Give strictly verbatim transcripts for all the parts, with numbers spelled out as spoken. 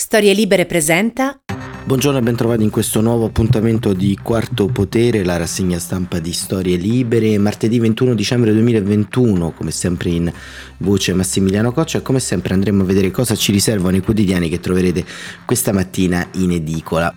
Storie Libere presenta. Buongiorno e bentrovati in questo nuovo appuntamento di Quarto Potere, la rassegna stampa di Storie Libere, martedì ventuno dicembre duemilaventuno, come sempre in voce Massimiliano Coccia, e come sempre andremo a vedere cosa ci riservano i quotidiani che troverete questa mattina in edicola.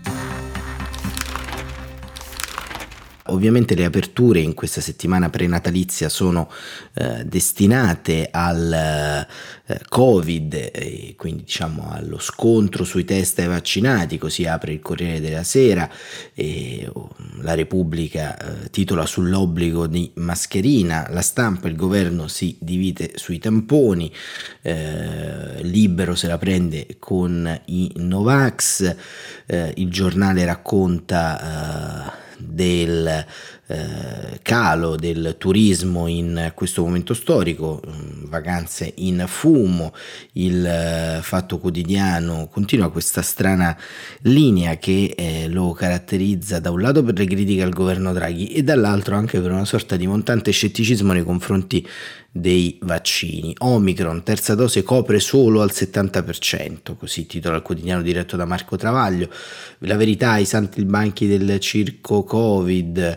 Ovviamente le aperture in questa settimana prenatalizia sono eh, destinate al eh, Covid e quindi diciamo allo scontro sui test ai vaccinati. Così apre il Corriere della Sera e oh, la Repubblica eh, titola sull'obbligo di mascherina, La Stampa, il governo si divide sui tamponi, eh, Libero se la prende con i Novax, eh, il Giornale racconta eh, del eh, calo del turismo in questo momento storico, vacanze in fumo. Il eh, Fatto Quotidiano continua questa strana linea che eh, lo caratterizza da un lato per le critiche al governo Draghi e dall'altro anche per una sorta di montante scetticismo nei confronti dei vaccini. Omicron, terza dose copre solo al settanta per cento, così titola il quotidiano diretto da Marco Travaglio. La Verità, i saltimbanchi del circo Covid,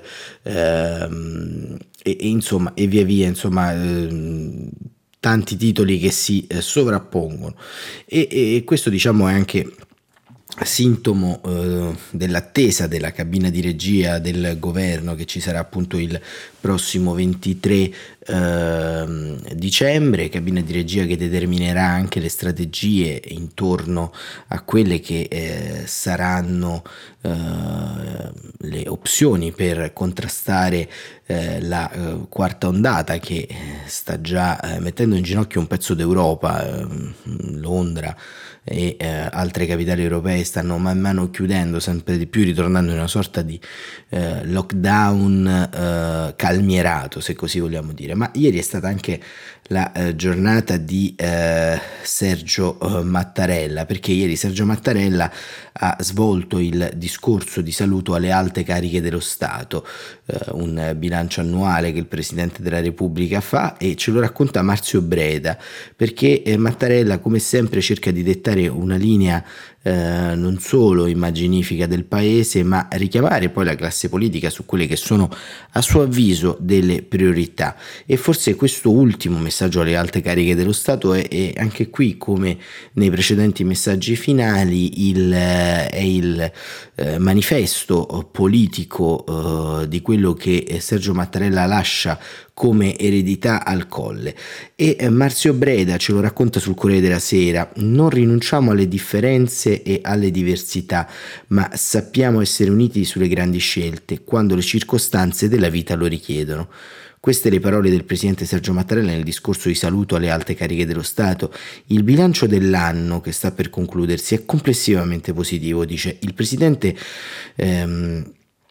ehm, e, e insomma e via via, insomma ehm, tanti titoli che si eh, sovrappongono e, e questo diciamo è anche sintomo eh, dell'attesa della cabina di regia del governo, che ci sarà appunto il prossimo ventitré eh, dicembre, cabina di regia che determinerà anche le strategie intorno a quelle che eh, saranno eh, le opzioni per contrastare eh, la eh, quarta ondata che sta già eh, mettendo in ginocchio un pezzo d'Europa. eh, Londra e eh, altre capitali europee stanno man mano chiudendo sempre di più, ritornando in una sorta di eh, lockdown eh, calmierato, se così vogliamo dire. Ma ieri è stata anche la eh, giornata di eh, Sergio eh, Mattarella, perché ieri Sergio Mattarella ha svolto il discorso di saluto alle alte cariche dello Stato, eh, un bilancio annuale che il Presidente della Repubblica fa, e ce lo racconta Marzio Breda, perché eh, Mattarella come sempre cerca di dettare una linea eh, non solo immaginifica del paese, ma richiamare poi la classe politica su quelle che sono a suo avviso delle priorità. E forse questo ultimo messaggio alle alte cariche dello Stato è, è anche qui, come nei precedenti messaggi finali, il, eh, è il eh, manifesto politico eh, di quello che Sergio Mattarella lascia come eredità al Colle. E eh, Marzio Breda ce lo racconta sul Corriere della Sera: non rinunciamo alle differenze e alle diversità, ma sappiamo essere uniti sulle grandi scelte quando le circostanze della vita lo richiedono. Queste le parole del presidente Sergio Mattarella nel discorso di saluto alle alte cariche dello Stato. Il bilancio dell'anno che sta per concludersi è complessivamente positivo, dice il presidente. Ehm,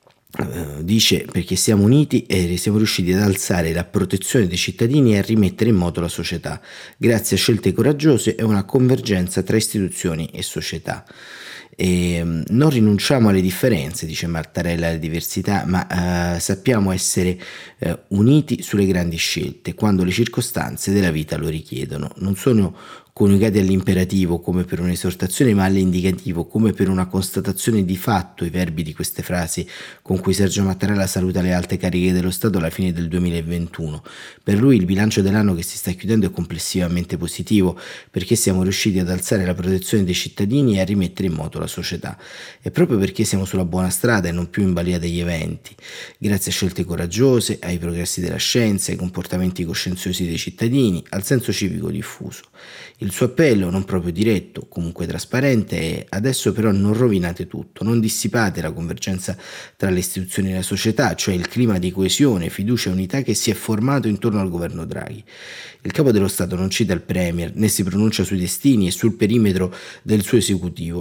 Dice perché siamo uniti e siamo riusciti ad alzare la protezione dei cittadini e a rimettere in moto la società, grazie a scelte coraggiose e una convergenza tra istituzioni e società. E non rinunciamo alle differenze, dice Mattarella, alle diversità, ma eh, sappiamo essere eh, uniti sulle grandi scelte quando le circostanze della vita lo richiedono. Non sono coniugati all'imperativo come per un'esortazione, ma all'indicativo come per una constatazione di fatto i verbi di queste frasi con cui Sergio Mattarella saluta le alte cariche dello Stato alla fine del duemilaventuno. Per lui il bilancio dell'anno che si sta chiudendo è complessivamente positivo, perché siamo riusciti ad alzare la protezione dei cittadini e a rimettere in moto la società. E proprio perché siamo sulla buona strada e non più in balia degli eventi, grazie a scelte coraggiose, ai progressi della scienza, ai comportamenti coscienziosi dei cittadini, al senso civico diffuso. Il suo appello, non proprio diretto, comunque trasparente, è: adesso però non rovinate tutto, non dissipate la convergenza tra le istituzioni e la società, cioè il clima di coesione, fiducia e unità che si è formato intorno al governo Draghi. Il capo dello Stato non cita il Premier, né si pronuncia sui destini e sul perimetro del suo esecutivo, non lo fa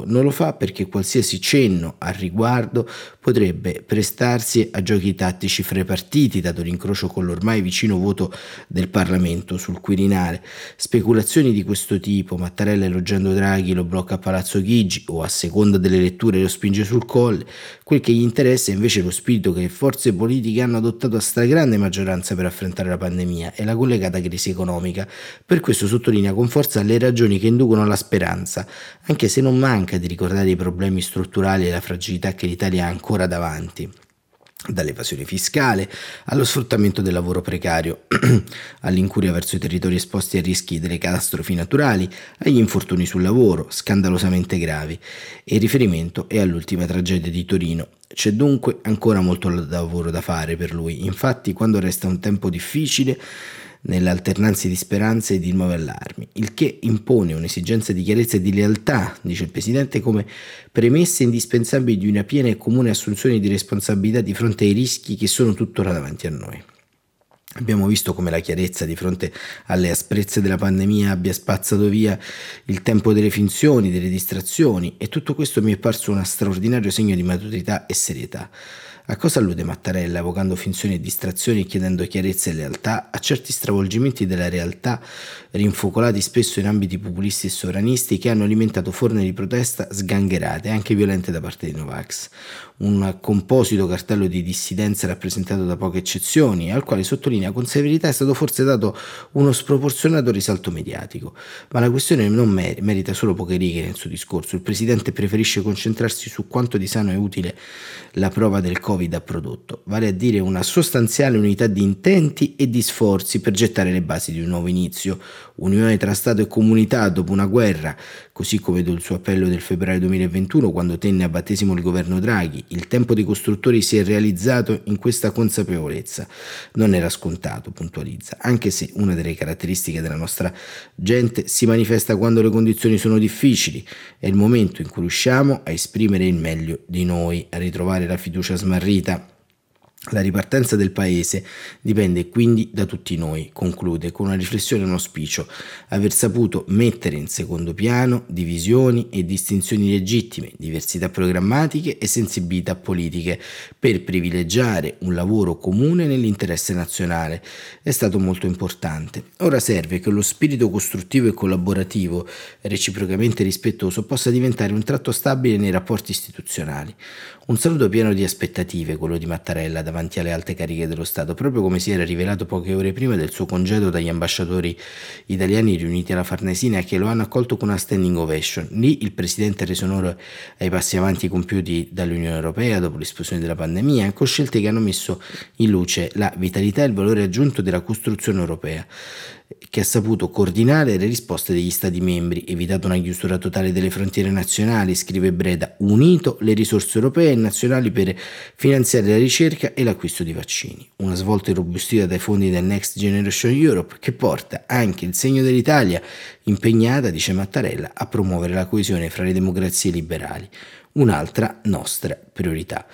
fa perché qualsiasi cenno al riguardo potrebbe prestarsi a giochi tattici fra i partiti, dato l'incrocio con l'ormai vicino voto del Parlamento sul Quirinale. Speculazioni di questo tipo, Mattarella elogiando Draghi lo blocca a Palazzo Chigi o a seconda delle letture lo spinge sul Colle, quel che gli interessa è invece lo spirito che le forze politiche hanno adottato a stragrande maggioranza per affrontare la pandemia e la collegata crisi economica. Per questo sottolinea con forza le ragioni che inducono alla speranza, anche se non manca di ricordare i problemi strutturali e la fragilità che l'Italia ha ancora davanti. Dall'evasione fiscale allo sfruttamento del lavoro precario, all'incuria verso i territori esposti a rischi delle catastrofi naturali, agli infortuni sul lavoro, scandalosamente gravi, e il riferimento è all'ultima tragedia di Torino. C'è dunque ancora molto lavoro da fare per lui, infatti quando resta un tempo difficile nell'alternanza di speranze e di nuove allarmi, il che impone un'esigenza di chiarezza e di lealtà, dice il Presidente, come premesse indispensabili di una piena e comune assunzione di responsabilità di fronte ai rischi che sono tuttora davanti a noi. Abbiamo visto come la chiarezza di fronte alle asprezze della pandemia abbia spazzato via il tempo delle finzioni, delle distrazioni, e tutto questo mi è parso uno straordinario segno di maturità e serietà. A cosa allude Mattarella, evocando finzioni e distrazioni e chiedendo chiarezza e lealtà a certi stravolgimenti della realtà rinfocolati spesso in ambiti populisti e sovranisti che hanno alimentato forme di protesta sgangherate, anche violente da parte dei Novax? Un composito cartello di dissidenza rappresentato da poche eccezioni, al quale sottolinea con severità è stato forse dato uno sproporzionato risalto mediatico. Ma la questione non mer- merita solo poche righe nel suo discorso. Il Presidente preferisce concentrarsi su quanto di sano e utile la prova del Covid ha prodotto, vale a dire una sostanziale unità di intenti e di sforzi per gettare le basi di un nuovo inizio, unione tra Stato e comunità dopo una guerra, così come il suo appello del febbraio duemilaventuno quando tenne a battesimo il governo Draghi. Il tempo dei costruttori si è realizzato in questa consapevolezza. Non era scontato, puntualizza, anche se una delle caratteristiche della nostra gente si manifesta quando le condizioni sono difficili. È il momento in cui riusciamo a esprimere il meglio di noi, a ritrovare la fiducia smarrita. La ripartenza del paese dipende quindi da tutti noi, conclude con una riflessione e un auspicio: aver saputo mettere in secondo piano divisioni e distinzioni legittime, diversità programmatiche e sensibilità politiche per privilegiare un lavoro comune nell'interesse nazionale. È stato molto importante. Ora serve che lo spirito costruttivo e collaborativo, reciprocamente rispettoso, possa diventare un tratto stabile nei rapporti istituzionali. Un saluto pieno di aspettative, quello di Mattarella davanti alle alte cariche dello Stato, proprio come si era rivelato poche ore prima del suo congedo dagli ambasciatori italiani riuniti alla Farnesina, che lo hanno accolto con una standing ovation. Lì il Presidente ha reso onore ai passi avanti compiuti dall'Unione Europea dopo l'esplosione della pandemia, con scelte che hanno messo in luce la vitalità e il valore aggiunto della costruzione europea, che ha saputo coordinare le risposte degli Stati membri, evitato una chiusura totale delle frontiere nazionali, scrive Breda, unito le risorse europee e nazionali per finanziare la ricerca e l'acquisto di vaccini. Una svolta irrobustita dai fondi del Next Generation Europe che porta anche il segno dell'Italia impegnata, dice Mattarella, a promuovere la coesione fra le democrazie liberali, un'altra nostra priorità.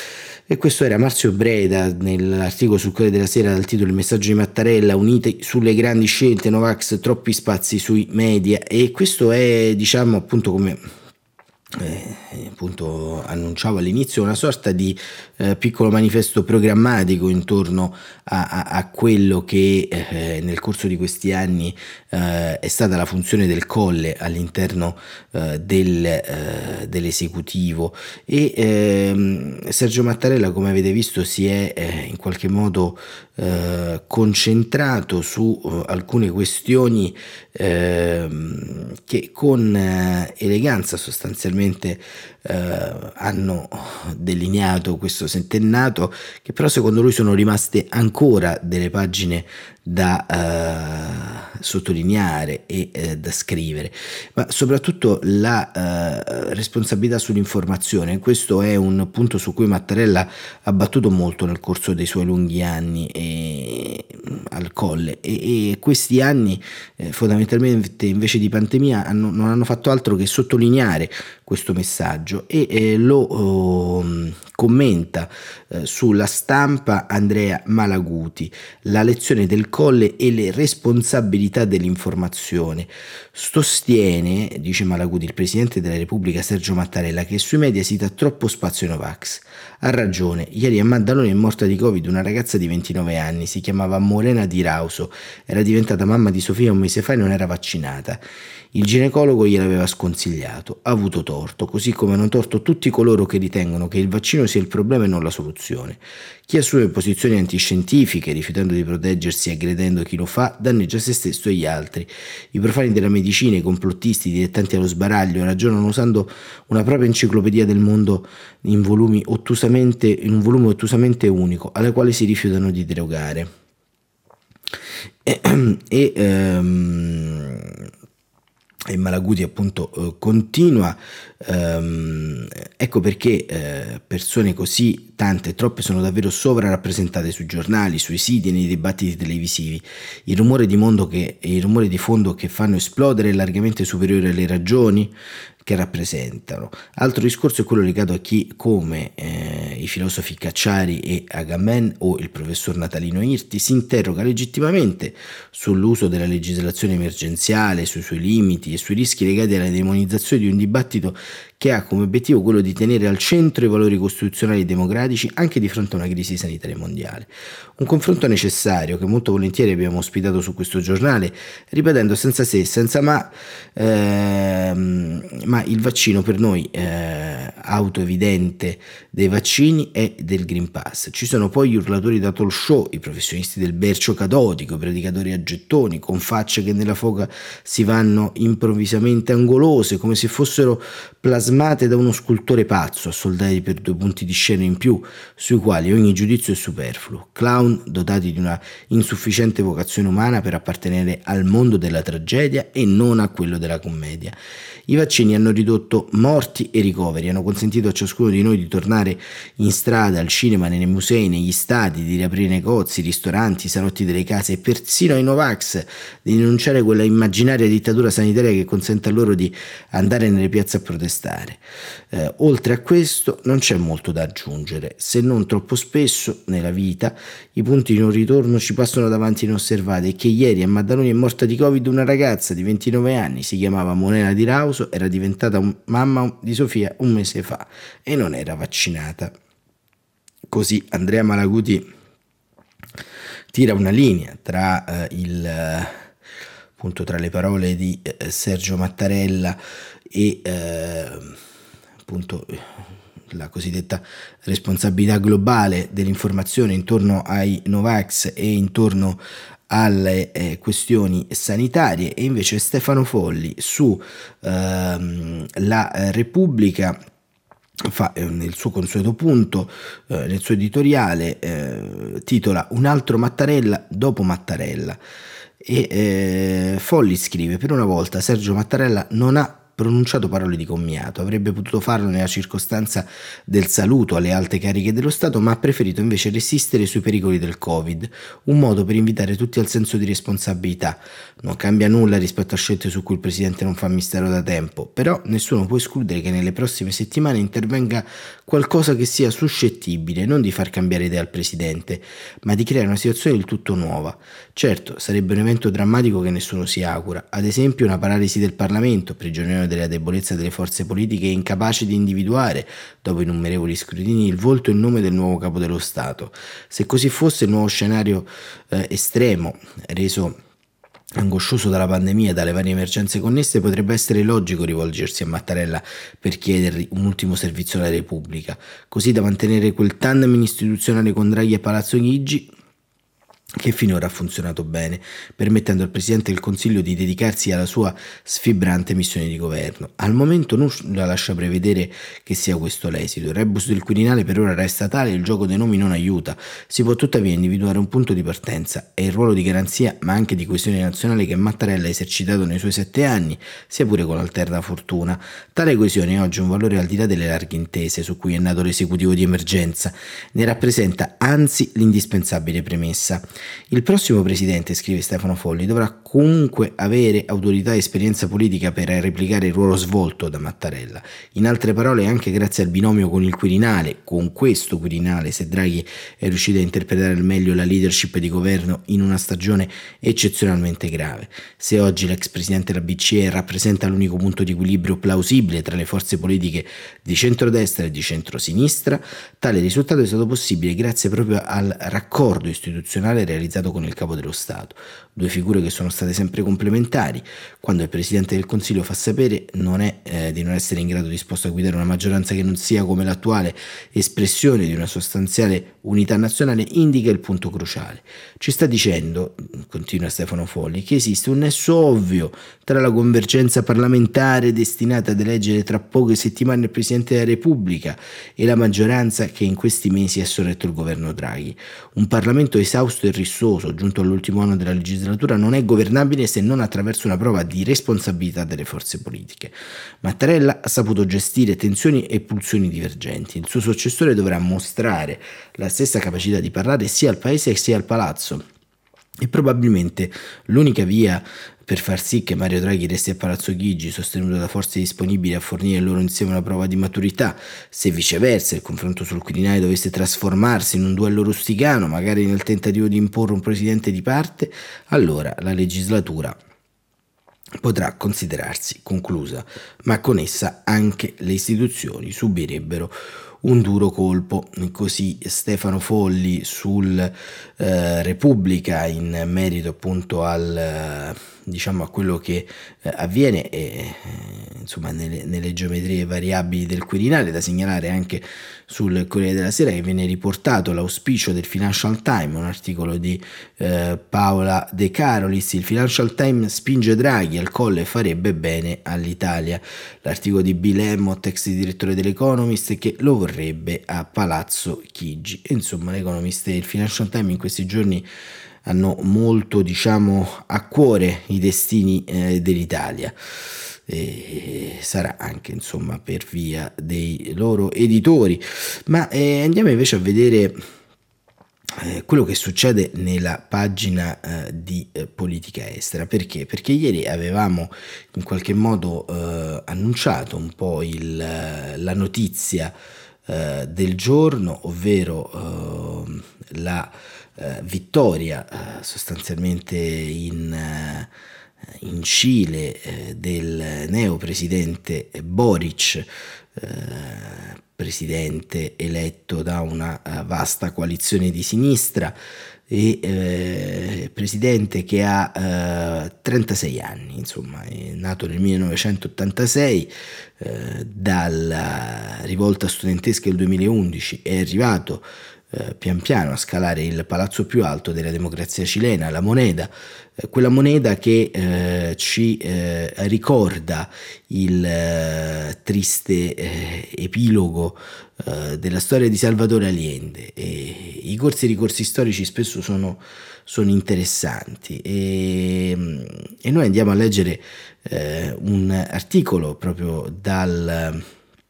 E questo era Marzio Breda nell'articolo sul Corriere della Sera dal titolo Il messaggio di Mattarella, unite sulle grandi scelte, Novax, troppi spazi sui media. E questo è, diciamo, appunto come eh, appunto annunciavo all'inizio, una sorta di eh, piccolo manifesto programmatico intorno a, a, a quello che eh, nel corso di questi anni eh, è stata la funzione del Colle all'interno eh, del, eh, dell'esecutivo. E ehm, Sergio Mattarella, come avete visto, si è eh, in qualche modo eh, concentrato su uh, alcune questioni eh, che con eh, eleganza sostanzialmente eh, hanno delineato questo settennato, che però secondo lui sono rimaste ancora delle pagine da eh, sottolineare e eh, da scrivere, ma soprattutto la eh, responsabilità sull'informazione. Questo è un punto su cui Mattarella ha battuto molto nel corso dei suoi lunghi anni e, al Colle, e, e questi anni eh, fondamentalmente invece di pandemia hanno, non hanno fatto altro che sottolineare questo messaggio e eh, lo oh, Commenta eh, sulla Stampa Andrea Malaguti, la lezione del Colle e le responsabilità dell'informazione. Sostiene, dice Malaguti, il Presidente della Repubblica Sergio Mattarella, che sui media si dà troppo spazio ai Novax. Ha ragione, ieri a Maddaloni è morta di Covid una ragazza di ventinove anni, si chiamava Morena Di Rauso, era diventata mamma di Sofia un mese fa e non era vaccinata. Il ginecologo gliel'aveva sconsigliato, ha avuto torto, così come hanno torto tutti coloro che ritengono che il vaccino sia il problema e non la soluzione. Chi assume posizioni antiscientifiche, rifiutando di proteggersi e aggredendo chi lo fa, danneggia se stesso e gli altri. I profani della medicina, i complottisti, i dilettanti allo sbaraglio ragionano usando una propria enciclopedia del mondo in, volumi ottusamente, in un volume ottusamente unico, alla quale si rifiutano di derogare. E, e um, E Malaguti appunto eh, continua, ehm, ecco perché eh, persone così tante, troppe, sono davvero sovrarappresentate sui giornali, sui siti e nei dibattiti televisivi. Il rumore di mondo che, il rumore di fondo che fanno esplodere è largamente superiore alle ragioni che rappresentano. Altro discorso è quello legato a chi, come eh, i filosofi Cacciari e Agamben o il professor Natalino Irti, si interroga legittimamente sull'uso della legislazione emergenziale, sui suoi limiti e sui rischi legati alla demonizzazione di un dibattito che ha come obiettivo quello di tenere al centro i valori costituzionali e democratici anche di fronte a una crisi sanitaria mondiale. Un confronto necessario che molto volentieri abbiamo ospitato su questo giornale, ripetendo senza se, senza ma, ehm, ma il vaccino per noi eh, autoevidente dei vaccini è del Green Pass. Ci sono poi gli urlatori da talk show, i professionisti del bercio catodico, i predicatori a gettoni, con facce che nella foga si vanno improvvisamente angolose, come se fossero plasmate da uno scultore pazzo, assoldati per due punti di scena in più, sui quali ogni giudizio è superfluo. Clown dotati di una insufficiente vocazione umana per appartenere al mondo della tragedia e non a quello della commedia. I vaccini hanno ridotto morti e ricoveri, hanno consentito a ciascuno di noi di tornare in strada, al cinema, nei musei, negli stadi, di riaprire negozi, ristoranti, salotti delle case e persino ai Novax di denunciare quella immaginaria dittatura sanitaria che consente a loro di andare nelle piazze a protestare. Eh, oltre a questo non c'è molto da aggiungere, se non troppo spesso nella vita i punti di non ritorno ci passano davanti inosservati, e che ieri a Maddaloni è morta di Covid una ragazza di ventinove anni, si chiamava Morena Di Rauso, era diventata mamma di Sofia un mese fa e non era vaccinata. Così Andrea Malaguti tira una linea tra eh, il appunto tra le parole di eh, Sergio Mattarella e eh, appunto la cosiddetta responsabilità globale dell'informazione intorno ai Novax e intorno alle eh, questioni sanitarie, e invece Stefano Folli su ehm, la Repubblica fa eh, nel suo consueto punto, eh, nel suo editoriale, eh, titola Un altro Mattarella dopo Mattarella, e eh, Folli scrive: per una volta Sergio Mattarella non ha pronunciato parole di commiato, avrebbe potuto farlo nella circostanza del saluto alle alte cariche dello Stato, ma ha preferito invece resistere sui pericoli del Covid, un modo per invitare tutti al senso di responsabilità. Non cambia nulla rispetto a scelte su cui il Presidente non fa mistero da tempo, però nessuno può escludere che nelle prossime settimane intervenga qualcosa che sia suscettibile non di far cambiare idea al Presidente, ma di creare una situazione del tutto nuova. Certo, sarebbe un evento drammatico che nessuno si augura, ad esempio una paralisi del Parlamento, prigioniero della debolezza delle forze politiche e incapace di individuare, dopo innumerevoli scrutini, il volto e il nome del nuovo capo dello Stato. Se così fosse, il nuovo scenario eh, estremo, reso angoscioso dalla pandemia e dalle varie emergenze connesse, potrebbe essere logico rivolgersi a Mattarella per chiedergli un ultimo servizio alla Repubblica, così da mantenere quel tandem istituzionale con Draghi e Palazzo Chigi che finora ha funzionato bene, permettendo al Presidente del Consiglio di dedicarsi alla sua sfibrante missione di governo. Al momento nulla lascia prevedere che sia questo l'esito. Il rebus del Quirinale per ora resta tale e il gioco dei nomi non aiuta. Si può tuttavia individuare un punto di partenza e il ruolo di garanzia, ma anche di coesione nazionale, che Mattarella ha esercitato nei suoi sette anni, sia pure con alterna fortuna. Tale coesione è oggi un valore al di là delle larghe intese su cui è nato l'esecutivo di emergenza. Ne rappresenta anzi l'indispensabile premessa. Il prossimo presidente, scrive Stefano Folli, dovrà comunque avere autorità e esperienza politica per replicare il ruolo svolto da Mattarella. In altre parole, anche grazie al binomio con il Quirinale, con questo Quirinale, se Draghi è riuscito a interpretare al meglio la leadership di governo in una stagione eccezionalmente grave. Se oggi l'ex presidente della B C E rappresenta l'unico punto di equilibrio plausibile tra le forze politiche di centrodestra e di centrosinistra, tale risultato è stato possibile grazie proprio al raccordo istituzionale realizzato con il Capo dello Stato, due figure che sono state sempre complementari. Quando il Presidente del Consiglio fa sapere non è eh, di non essere in grado disposto a guidare una maggioranza che non sia come l'attuale espressione di una sostanziale unità nazionale, indica il punto cruciale. Ci sta dicendo, continua Stefano Folli, che esiste un nesso ovvio tra la convergenza parlamentare destinata ad eleggere tra poche settimane il Presidente della Repubblica e la maggioranza che in questi mesi ha sorretto il governo Draghi. Un Parlamento esausto e rissoso, giunto all'ultimo anno della legislatura, non è governabile se non attraverso una prova di responsabilità delle forze politiche. Mattarella ha saputo gestire tensioni e pulsioni divergenti. Il suo successore dovrà mostrare la stessa capacità di parlare sia al Paese sia al Palazzo. E probabilmente l'unica via per far sì che Mario Draghi resti a Palazzo Chigi, sostenuto da forze disponibili a fornire loro insieme una prova di maturità, se viceversa il confronto sul Quirinale dovesse trasformarsi in un duello rusticano, magari nel tentativo di imporre un presidente di parte, allora la legislatura potrà considerarsi conclusa, ma con essa anche le istituzioni subirebbero un duro colpo. Così Stefano Folli sul eh, Repubblica in merito appunto al diciamo a quello che eh, avviene e eh, insomma nelle, nelle geometrie variabili del Quirinale. Da segnalare anche sul Corriere della Sera che viene riportato l'auspicio del Financial Times, un articolo di eh, Paola De Carolis. Il Financial Times spinge Draghi al colle e farebbe bene all'Italia. L'articolo di Bill Emmott, ex direttore dell'Economist, che lo vorrebbe a Palazzo Chigi. E insomma l'Economist e il Financial Times in questi giorni hanno molto diciamo a cuore i destini eh, dell'Italia. E sarà anche insomma per via dei loro editori. Ma eh, andiamo invece a vedere eh, quello che succede nella pagina eh, di eh, politica estera. Perché? Perché ieri avevamo in qualche modo eh, annunciato un po' il, la notizia eh, del giorno, ovvero eh, la eh, vittoria eh, sostanzialmente in eh, in Cile eh, del neopresidente Boric, eh, presidente eletto da una uh, vasta coalizione di sinistra e eh, presidente che ha eh, trentasei anni, insomma è nato nel millenovecentottantasei, eh, dalla rivolta studentesca del duemilaundici è arrivato Eh, pian piano a scalare il palazzo più alto della democrazia cilena, la moneda, eh, quella moneta che eh, ci eh, ricorda il eh, triste eh, epilogo eh, della storia di Salvador Allende. E i corsi e ricorsi storici spesso sono, sono interessanti e, e noi andiamo a leggere eh, un articolo proprio dal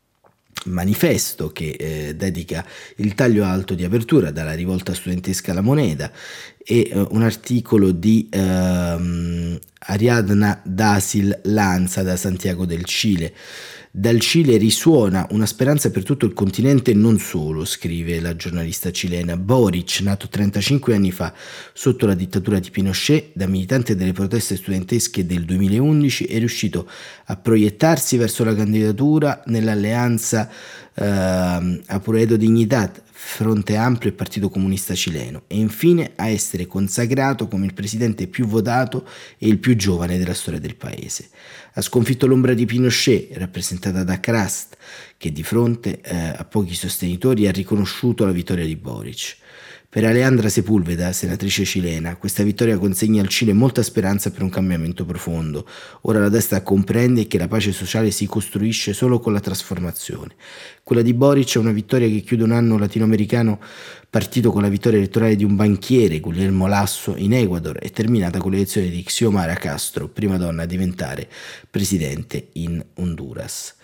manifesto che eh, dedica il taglio alto di apertura dalla rivolta studentesca alla moneta e eh, un articolo di ehm, Ariadna Dasil Lanza da Santiago del Cile. Dal Cile risuona una speranza per tutto il continente e non solo, scrive la giornalista cilena. Boric, nato trentacinque anni fa sotto la dittatura di Pinochet, da militante delle proteste studentesche del duemilaundici, è riuscito a proiettarsi verso la candidatura nell'alleanza eh, Apruebo Dignidad, Fronte Ampio e Partito Comunista Cileno, e infine a essere consacrato come il presidente più votato e il più giovane della storia del paese. Ha sconfitto l'ombra di Pinochet, rappresentata da Krast, che di fronte eh, a pochi sostenitori ha riconosciuto la vittoria di Boric. Per Alejandra Sepúlveda, senatrice cilena, questa vittoria consegna al Cile molta speranza per un cambiamento profondo. Ora la destra comprende che la pace sociale si costruisce solo con la trasformazione. Quella di Boric è una vittoria che chiude un anno latinoamericano partito con la vittoria elettorale di un banchiere, Guillermo Lasso, in Ecuador, e terminata con l'elezione di Xiomara Castro, prima donna a diventare presidente in Honduras.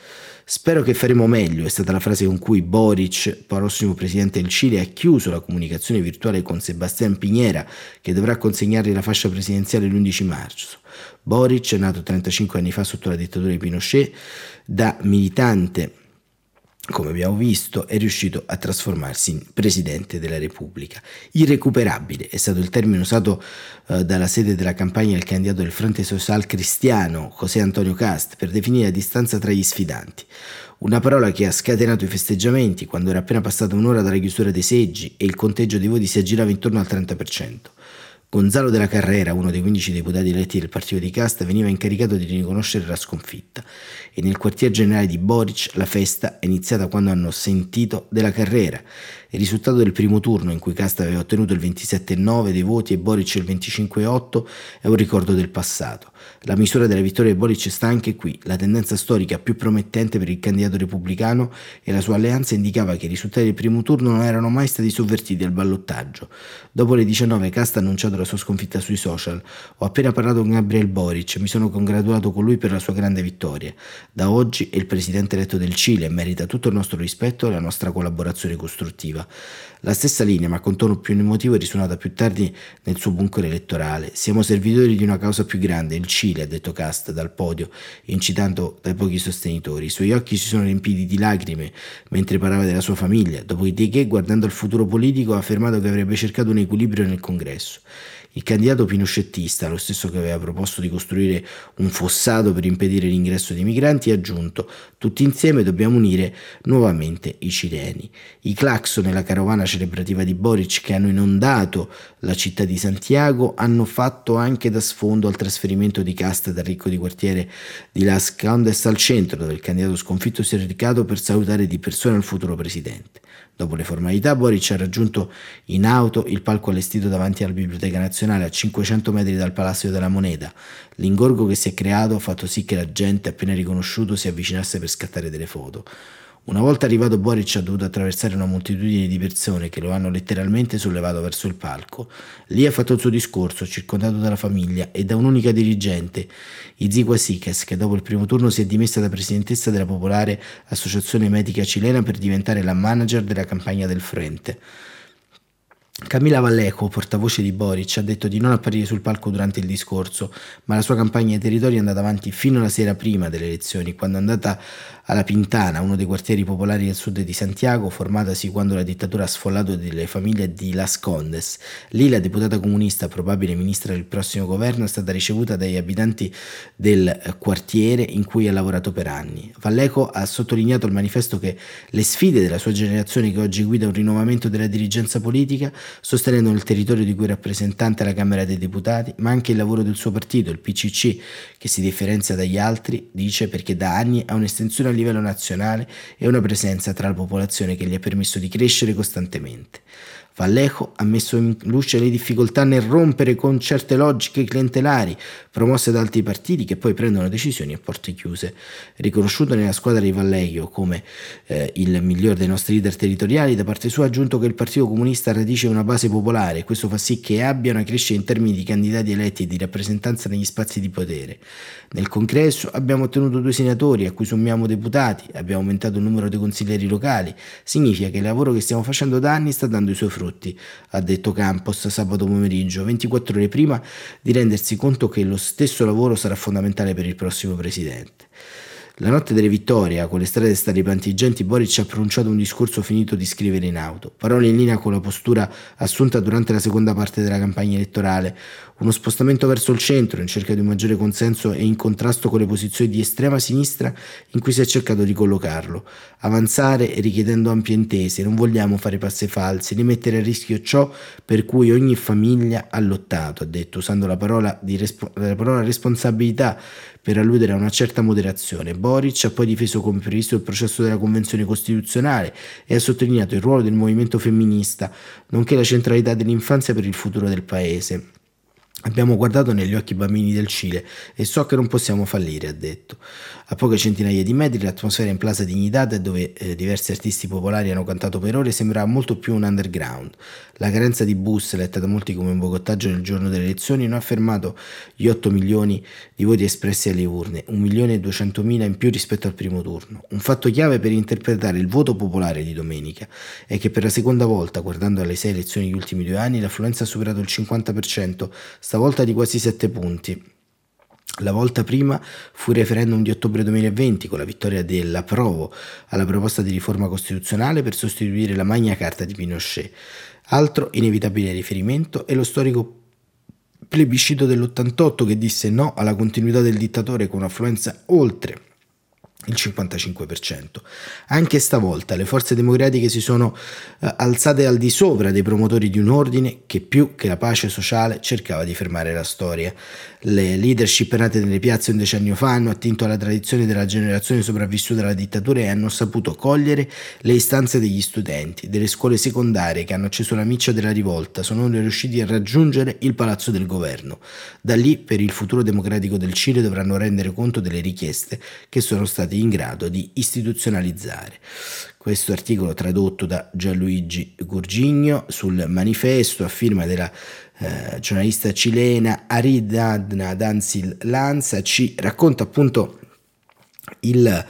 Spero che faremo meglio, è stata la frase con cui Boric, prossimo presidente del Cile, ha chiuso la comunicazione virtuale con Sebastián Piñera, che dovrà consegnargli la fascia presidenziale l'undici marzo. Boric, nato trentacinque anni fa sotto la dittatura di Pinochet, da militante, come abbiamo visto, è riuscito a trasformarsi in Presidente della Repubblica. Irrecuperabile è stato il termine usato eh, dalla sede della campagna del candidato del Fronte Social Cristiano, José Antonio Cast, per definire la distanza tra gli sfidanti. Una parola che ha scatenato i festeggiamenti quando era appena passata un'ora dalla chiusura dei seggi e il conteggio dei voti si aggirava intorno al trenta per cento. Gonzalo della Carrera, uno dei quindici deputati eletti del partito di Cast, veniva incaricato di riconoscere la sconfitta e nel quartier generale di Boric la festa è iniziata quando hanno sentito della Carrera. Il risultato del primo turno, in cui Cast aveva ottenuto il ventisette virgola nove dei voti e Boric il venticinque virgola otto, è un ricordo del passato. La misura della vittoria di Boric sta anche qui. La tendenza storica più promettente per il candidato repubblicano e la sua alleanza indicava che i risultati del primo turno non erano mai stati sovvertiti al ballottaggio. Dopo le diciannove Cast ha annunciato la sua sconfitta sui social. Ho appena parlato con Gabriel Boric, mi sono congratulato con lui per la sua grande vittoria. Da oggi è il presidente eletto del Cile e merita tutto il nostro rispetto e la nostra collaborazione costruttiva. La stessa linea, ma con tono più emotivo, è risuonata più tardi nel suo bunker elettorale. Siamo servitori di una causa più grande, il Cile, ha detto Cast dal podio, incitando dai pochi sostenitori. I suoi occhi si sono riempiti di lacrime mentre parlava della sua famiglia, dopodiché, guardando al futuro politico, ha affermato che avrebbe cercato un equilibrio nel congresso. Il candidato pinochetista, lo stesso che aveva proposto di costruire un fossato per impedire l'ingresso dei migranti, ha aggiunto: tutti insieme dobbiamo unire nuovamente i cileni. I clacson e la carovana celebrativa di Boric, che hanno inondato la città di Santiago, hanno fatto anche da sfondo al trasferimento di Cast dal ricco di quartiere di Las Condes al centro, dove il candidato sconfitto si è recato per salutare di persona il futuro presidente. Dopo le formalità, Boric ha raggiunto in auto il palco allestito davanti alla Biblioteca Nazionale a cinquecento metri dal Palazzo della Moneda. L'ingorgo che si è creato ha fatto sì che la gente, appena riconosciuto, si avvicinasse per scattare delle foto. Una volta arrivato, Boric ha dovuto attraversare una moltitudine di persone che lo hanno letteralmente sollevato verso il palco. Lì ha fatto il suo discorso, circondato dalla famiglia e da un'unica dirigente, Izigua Siques, che dopo il primo turno si è dimessa da presidentessa della popolare associazione medica cilena per diventare la manager della campagna del Frente. Camila Vallejo, portavoce di Boric, ha detto di non apparire sul palco durante il discorso, ma la sua campagna ai territori è andata avanti fino alla sera prima delle elezioni, quando è andata alla Pintana, uno dei quartieri popolari del sud di Santiago, formatasi quando la dittatura ha sfollato delle famiglie di Las Condes. Lì la deputata comunista, probabile ministra del prossimo governo, è stata ricevuta dagli abitanti del quartiere in cui ha lavorato per anni. Vallejo ha sottolineato al manifesto che le sfide della sua generazione, che oggi guida un rinnovamento della dirigenza politica, sostenendo il territorio di cui è rappresentante alla Camera dei Deputati, ma anche il lavoro del suo partito, il P C C, che si differenzia dagli altri, dice, perché da anni ha un'estensione a livello nazionale e una presenza tra la popolazione che gli ha permesso di crescere costantemente. Vallejo ha messo in luce le difficoltà nel rompere con certe logiche clientelari promosse da altri partiti che poi prendono decisioni a porte chiuse. Riconosciuto nella squadra di Vallejo come eh, il miglior dei nostri leader territoriali, da parte sua ha aggiunto che il Partito Comunista ha radice una base popolare e questo fa sì che abbia una crescita in termini di candidati eletti e di rappresentanza negli spazi di potere. Nel congresso abbiamo ottenuto due senatori a cui sommiamo deputati, abbiamo aumentato il numero dei consiglieri locali. Significa che il lavoro che stiamo facendo da anni sta dando i suoi frutti, ha detto Campos sabato pomeriggio, ventiquattro ore prima di rendersi conto che lo stesso lavoro sarà fondamentale per il prossimo presidente. La notte delle vittorie, con le strade straripantigenti, Boric ha pronunciato un discorso finito di scrivere in auto, parole in linea con la postura assunta durante la seconda parte della campagna elettorale, uno spostamento verso il centro in cerca di un maggiore consenso e in contrasto con le posizioni di estrema sinistra in cui si è cercato di collocarlo, avanzare richiedendo ampie intese, non vogliamo fare passi falsi, né mettere a rischio ciò per cui ogni famiglia ha lottato, ha detto, usando la parola, di respo- la parola responsabilità per alludere a una certa moderazione. Boric ha poi difeso come previsto il processo della Convenzione Costituzionale e ha sottolineato il ruolo del movimento femminista, nonché la centralità dell'infanzia per il futuro del paese. Abbiamo guardato negli occhi i bambini del Cile e so che non possiamo fallire, ha detto. A poche centinaia di metri l'atmosfera in Plaza Dignidad, dove eh, diversi artisti popolari hanno cantato per ore, sembrava molto più un underground. La carenza di bus, letta da molti come un boicottaggio nel giorno delle elezioni, non ha fermato gli otto milioni di voti espressi alle urne, un milione e duecentomila in più rispetto al primo turno. Un fatto chiave per interpretare il voto popolare di domenica è che per la seconda volta, guardando alle sei elezioni degli ultimi due anni, l'affluenza ha superato il cinquanta per cento, stavolta di quasi sette punti. La volta prima fu il referendum di ottobre duemilaventi, con la vittoria dell'approvo alla proposta di riforma costituzionale per sostituire la Magna Carta di Pinochet. Altro inevitabile riferimento è lo storico plebiscito dell'ottantotto, che disse no alla continuità del dittatore con un'affluenza oltre il cinquantacinque per cento. Anche stavolta le forze democratiche si sono eh, alzate al di sopra dei promotori di un ordine che, più che la pace sociale, cercava di fermare la storia. Le leadership nate nelle piazze un decennio fa hanno attinto alla tradizione della generazione sopravvissuta alla dittatura e hanno saputo cogliere le istanze degli studenti, delle scuole secondarie che hanno acceso la miccia della rivolta. Sono riusciti a raggiungere il palazzo del governo. Da lì, per il futuro democratico del Cile, dovranno rendere conto delle richieste che sono state in grado di istituzionalizzare. Questo articolo, tradotto da Gianluigi Gurgigno sul Manifesto, a firma della eh, giornalista cilena Aridadna Danzil Lanza, ci racconta appunto il,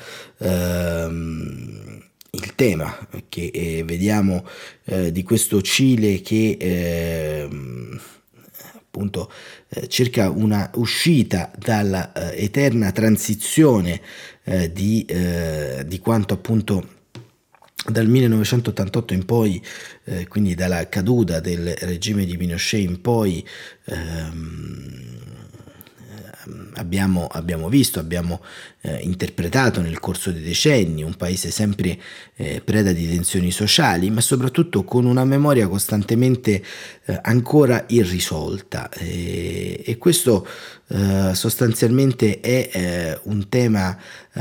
ehm, il tema che eh, vediamo eh, di questo Cile che eh, appunto eh, cerca una uscita dalla eh, eterna transizione eh, di, eh, di quanto appunto dal millenovecentottantotto in poi, eh, quindi dalla caduta del regime di Pinochet in poi, ehm, abbiamo, abbiamo visto, abbiamo eh, interpretato nel corso dei decenni un paese sempre eh, preda di tensioni sociali, ma soprattutto con una memoria costantemente eh, ancora irrisolta, e, e questo eh, sostanzialmente è eh, un tema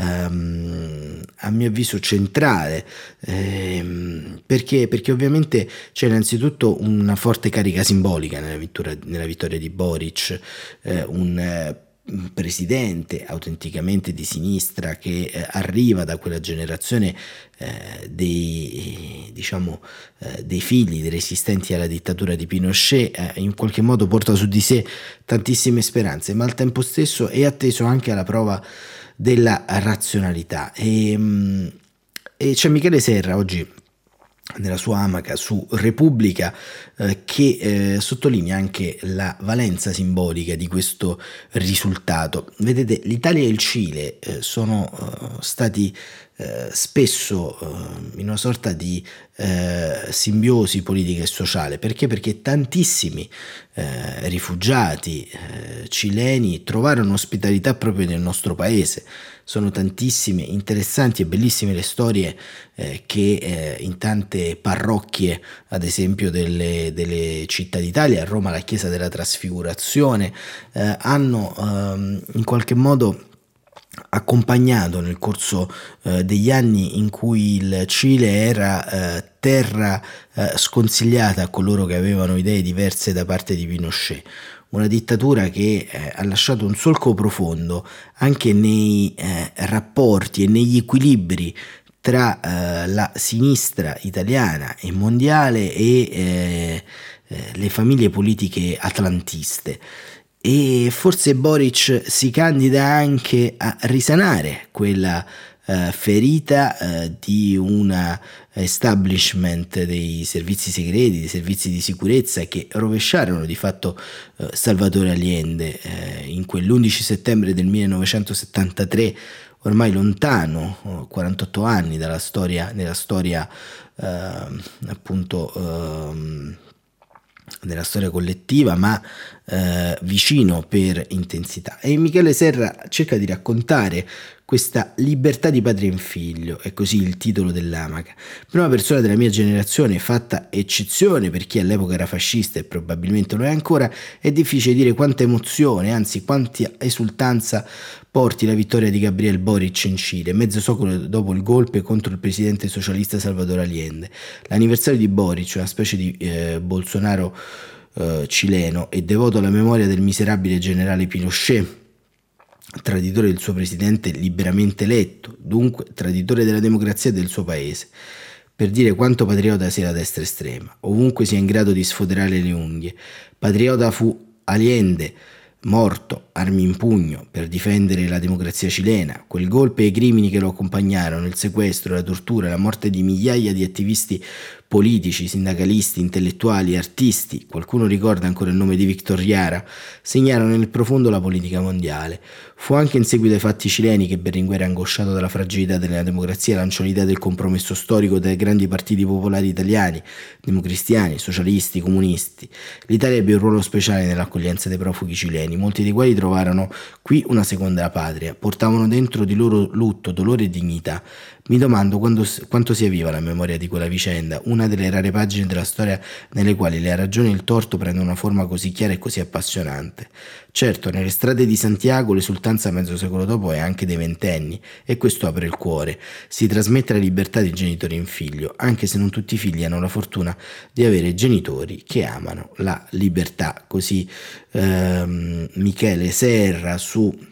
ehm, a mio avviso centrale, ehm, perché, perché ovviamente c'è innanzitutto una forte carica simbolica nella vittoria, nella vittoria di Boric, eh, un eh, un presidente autenticamente di sinistra che eh, arriva da quella generazione eh, dei, diciamo, eh, dei figli dei resistenti alla dittatura di Pinochet, eh, in qualche modo porta su di sé tantissime speranze, ma al tempo stesso è atteso anche alla prova della razionalità. E, mh, e c'è Michele Serra oggi nella sua amaca su Repubblica eh, che eh, sottolinea anche la valenza simbolica di questo risultato. Vedete, l'Italia e il Cile eh, sono eh, stati eh, spesso eh, in una sorta di eh, simbiosi politica e sociale. Perché? Perché tantissimi eh, rifugiati eh, cileni trovarono ospitalità proprio nel nostro paese. Sono tantissime, interessanti e bellissime le storie eh, che eh, in tante parrocchie, ad esempio delle, delle città d'Italia, a Roma la chiesa della Trasfigurazione, eh, hanno ehm, in qualche modo accompagnato nel corso eh, degli anni in cui il Cile era eh, terra eh, sconsigliata a coloro che avevano idee diverse da parte di Pinochet. Una dittatura che eh, ha lasciato un solco profondo anche nei eh, rapporti e negli equilibri tra eh, la sinistra italiana e mondiale e eh, eh, le famiglie politiche atlantiste. E forse Boric si candida anche a risanare quella eh, ferita eh, di una establishment dei servizi segreti, dei servizi di sicurezza che rovesciarono di fatto eh, Salvatore Allende eh, in quell'undici settembre del millenovecentosettantatré, ormai lontano, quarantotto anni dalla storia, nella storia eh, appunto eh, nella storia collettiva, ma eh, vicino per intensità. E Michele Serra cerca di raccontare questa libertà di padre in figlio, è così il titolo dell'amaca. Prima persona della mia generazione, fatta eccezione per chi all'epoca era fascista e probabilmente lo è ancora, è difficile dire quanta emozione, anzi quanta esultanza porti la vittoria di Gabriel Boric in Cile, mezzo secolo dopo il golpe contro il presidente socialista Salvador Allende. L'anniversario di Boric, una specie di eh, Bolsonaro eh, cileno e devoto alla memoria del miserabile generale Pinochet, traditore del suo presidente liberamente eletto, dunque traditore della democrazia e del suo paese, per dire quanto patriota sia la destra estrema, ovunque sia in grado di sfoderare le unghie. Patriota fu Allende, morto, armi in pugno, per difendere la democrazia cilena. Quel golpe e i crimini che lo accompagnarono, il sequestro, la tortura, la morte di migliaia di attivisti politici, sindacalisti, intellettuali, artisti, qualcuno ricorda ancora il nome di Victor Jara, segnarono nel profondo la politica mondiale. Fu anche in seguito ai fatti cileni che Berlinguer, angosciato dalla fragilità della democrazia, lanciò l'idea del compromesso storico dai grandi partiti popolari italiani, democristiani, socialisti, comunisti. L'Italia ebbe un ruolo speciale nell'accoglienza dei profughi cileni, molti dei quali trovarono qui una seconda patria, portavano dentro di loro lutto, dolore e dignità. Mi domando quando, quanto sia viva la memoria di quella vicenda, una delle rare pagine della storia nelle quali le ragioni e il torto prendono una forma così chiara e così appassionante. Certo, nelle strade di Santiago l'esultanza mezzo secolo dopo è anche dei ventenni, e questo apre il cuore. Si trasmette la libertà di genitori in figlio, anche se non tutti i figli hanno la fortuna di avere genitori che amano la libertà. Così ehm, Michele Serra su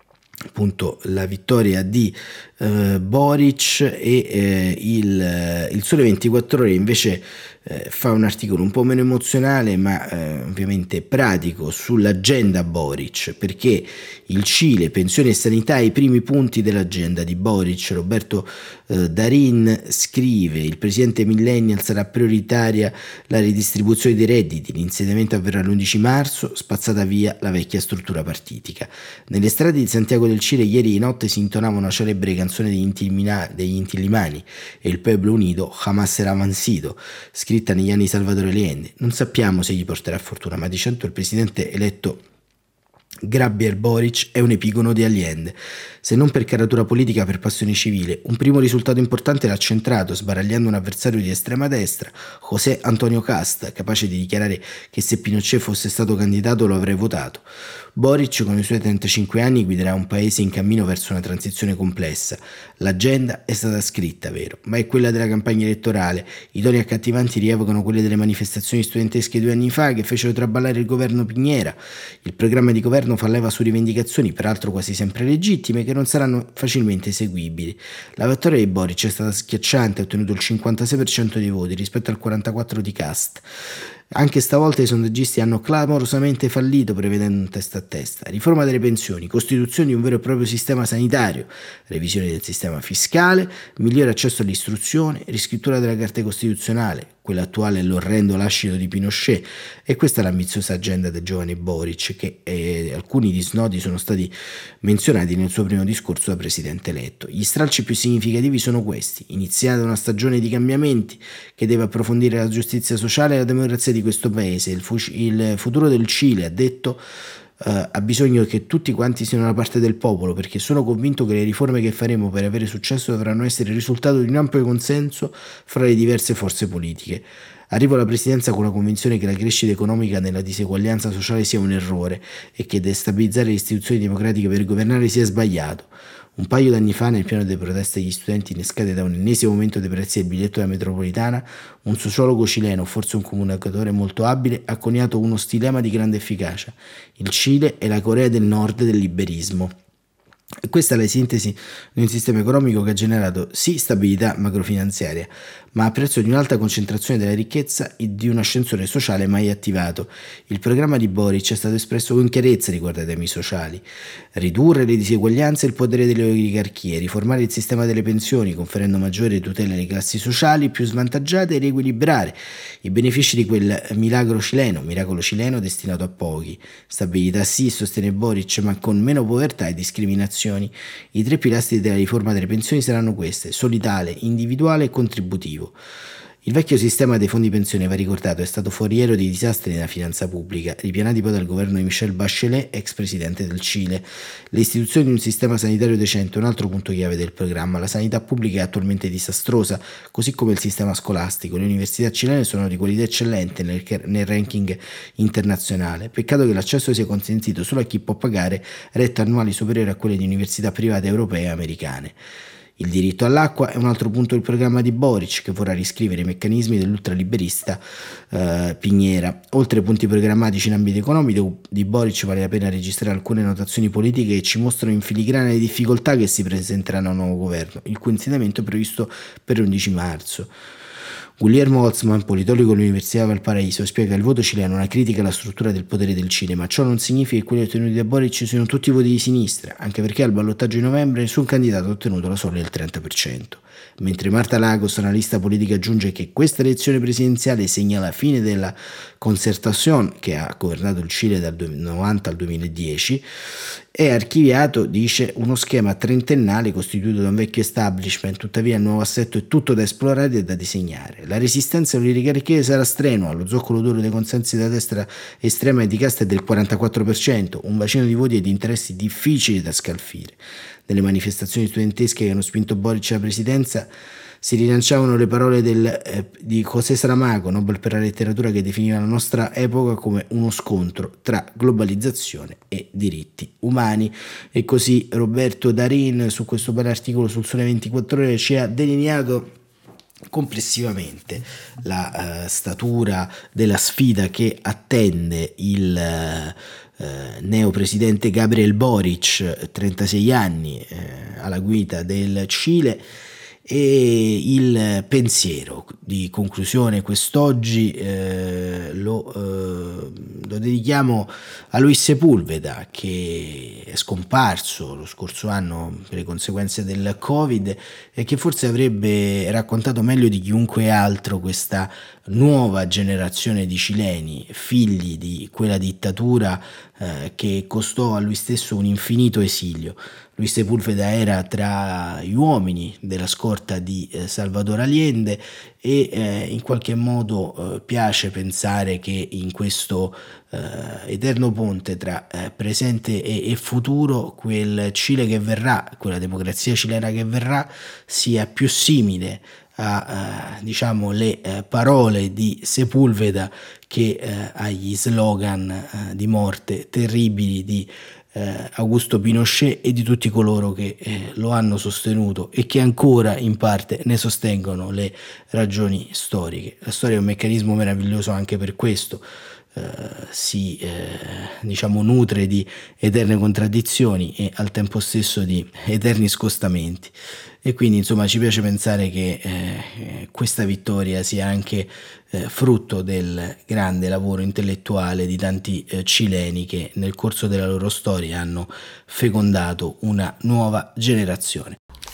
appunto la vittoria di eh, Boric. E eh, il, il Sole ventiquattro Ore invece eh, fa un articolo un po' meno emozionale ma eh, ovviamente pratico sull'agenda Boric, perché il Cile, pensioni e sanità, i primi punti dell'agenda di Boric. Roberto eh, Darin scrive: il presidente millennial sarà prioritaria la ridistribuzione dei redditi, l'insediamento avverrà l'undici marzo, spazzata via la vecchia struttura partitica. Nelle strade di Santiago del Cile ieri di notte si intonava una celebre canzone degli, Intimina, degli Intilimani e il Pueblo Unido jamás será vencido, scritta negli anni di Salvador Allende. Non sappiamo se gli porterà fortuna, ma di certo il presidente eletto Gabriel Boric è un epigono di Allende, se non per caratura politica, per passione civile. Un primo risultato importante l'ha centrato, sbaragliando un avversario di estrema destra, José Antonio Cast, capace di dichiarare che se Pinochet fosse stato candidato lo avrei votato. Boric, con i suoi trentacinque anni, guiderà un paese in cammino verso una transizione complessa. L'agenda è stata scritta, vero, ma è quella della campagna elettorale. I toni accattivanti rievocano quelle delle manifestazioni studentesche due anni fa che fecero traballare il governo Piñera. Il programma di governo fa leva su rivendicazioni, peraltro quasi sempre legittime, che non saranno facilmente eseguibili. La vittoria di Boric è stata schiacciante, ha ottenuto il cinquantasei per cento dei voti rispetto al quarantaquattro per cento di Cast. Anche stavolta i sondaggisti hanno clamorosamente fallito, prevedendo un testa a testa. Riforma delle pensioni, costituzione di un vero e proprio sistema sanitario, revisione del sistema fiscale, migliore accesso all'istruzione, riscrittura della Carta Costituzionale. Quella attuale è l'orrendo lascito di Pinochet, e questa è l'ambiziosa agenda del giovane Boric, che eh, alcuni di snodi sono stati menzionati nel suo primo discorso da presidente eletto. Gli stralci più significativi sono questi: iniziata una stagione di cambiamenti che deve approfondire la giustizia sociale e la democrazia di questo paese. Il, fu- il futuro del Cile, ha detto, Uh, ha bisogno che tutti quanti siano dalla parte del popolo, perché sono convinto che le riforme che faremo per avere successo dovranno essere il risultato di un ampio consenso fra le diverse forze politiche. Arrivo alla presidenza con la convinzione che la crescita economica nella diseguaglianza sociale sia un errore e che destabilizzare le istituzioni democratiche per governare sia sbagliato. Un paio d'anni fa, nel piano delle proteste degli studenti innescate da un ennesimo aumento dei prezzi del biglietto della metropolitana, un sociologo cileno, forse un comunicatore molto abile, ha coniato uno stilema di grande efficacia: il Cile è la Corea del Nord del liberismo. E questa è la sintesi di un sistema economico che ha generato sì stabilità macrofinanziaria, ma a prezzo di un'alta concentrazione della ricchezza e di un ascensore sociale mai attivato. Il programma di Boric è stato espresso con chiarezza riguardo ai temi sociali: ridurre le diseguaglianze e il potere delle oligarchie, riformare il sistema delle pensioni conferendo maggiore tutela alle classi sociali più svantaggiate e riequilibrare i benefici di quel milagro cileno, miracolo cileno destinato a pochi. Stabilità sì, sostiene Boric, ma con meno povertà e discriminazioni. I tre pilastri della riforma delle pensioni saranno queste: solidale, individuale e contributivo. Il vecchio sistema dei fondi pensione, va ricordato, è stato foriero di disastri nella finanza pubblica, ripianati poi dal governo di Michelle Bachelet, ex presidente del Cile. L'istituzione di un sistema sanitario decente è un altro punto chiave del programma. La sanità pubblica è attualmente disastrosa, così come il sistema scolastico. Le università cilene sono di qualità eccellente nel, nel ranking internazionale. Peccato che l'accesso sia consentito solo a chi può pagare rette annuali superiori a quelle di università private europee e americane. Il diritto all'acqua è un altro punto del programma di Boric, che vorrà riscrivere i meccanismi dell'ultraliberista eh, Pignera. Oltre ai punti programmatici in ambito economico, di Boric vale la pena registrare alcune notazioni politiche che ci mostrano in filigrana le difficoltà che si presenteranno al nuovo governo, il cui insediamento è previsto per l'undici marzo. Guillermo Holzman, politologo all'Università di Valparaíso, spiega che il voto cileno è una critica alla struttura del potere del Cile, ma ciò non significa che quelli ottenuti da Boric siano tutti voti di sinistra, anche perché al ballottaggio di novembre nessun candidato ha ottenuto la soglia del trenta per cento. Mentre Marta Lagos, analista politica, aggiunge che questa elezione presidenziale segna la fine della concertazione che ha governato il Cile dal novanta al duemiladieci, è archiviato, dice, uno schema trentennale costituito da un vecchio establishment, tuttavia il nuovo assetto è tutto da esplorare e da disegnare. La resistenza all'oligarchia sarà strenua, lo zoccolo duro dei consensi della destra estrema e di casta è del quarantaquattro per cento, un bacino di voti e di interessi difficili da scalfire. Nelle manifestazioni studentesche che hanno spinto Boric alla presidenza si rilanciavano le parole del, eh, di José Saramago, Nobel per la letteratura, che definiva la nostra epoca come uno scontro tra globalizzazione e diritti umani. E così Roberto Darin, su questo bell'articolo sul Sole ventiquattro Ore, ci ha delineato complessivamente la uh, statura della sfida che attende il uh, neopresidente Gabriel Boric, trentasei anni, uh, alla guida del Cile. E il pensiero di conclusione quest'oggi eh, lo, eh, lo dedichiamo a Luis Sepúlveda, che è scomparso lo scorso anno per le conseguenze del Covid e che forse avrebbe raccontato meglio di chiunque altro questa nuova generazione di cileni, figli di quella dittatura eh, che costò a lui stesso un infinito esilio. Luis Sepúlveda era tra gli uomini della scorta di eh, Salvador Allende e eh, in qualche modo eh, piace pensare che in questo eh, eterno ponte tra eh, presente e, e futuro quel Cile che verrà, quella democrazia cilena che verrà, sia più simile a eh, diciamo le eh, parole di Sepúlveda che eh, agli slogan eh, di morte terribili di Eh, Augusto Pinochet e di tutti coloro che eh, lo hanno sostenuto e che ancora in parte ne sostengono le ragioni storiche. La storia è un meccanismo meraviglioso anche per questo. Uh, si eh, diciamo nutre di eterne contraddizioni e al tempo stesso di eterni scostamenti, e quindi insomma ci piace pensare che eh, questa vittoria sia anche eh, frutto del grande lavoro intellettuale di tanti eh, cileni che nel corso della loro storia hanno fecondato una nuova generazione.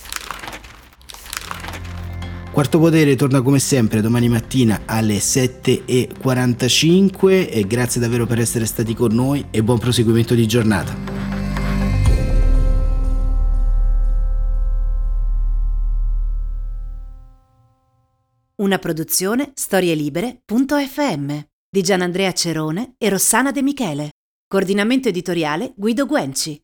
Quarto Potere torna come sempre domani mattina alle sette e quarantacinque e grazie davvero per essere stati con noi e buon proseguimento di giornata. Una produzione storielibere punto effe emme di Gianandrea Cerone e Rossana De Michele. Coordinamento editoriale Guido Guenci.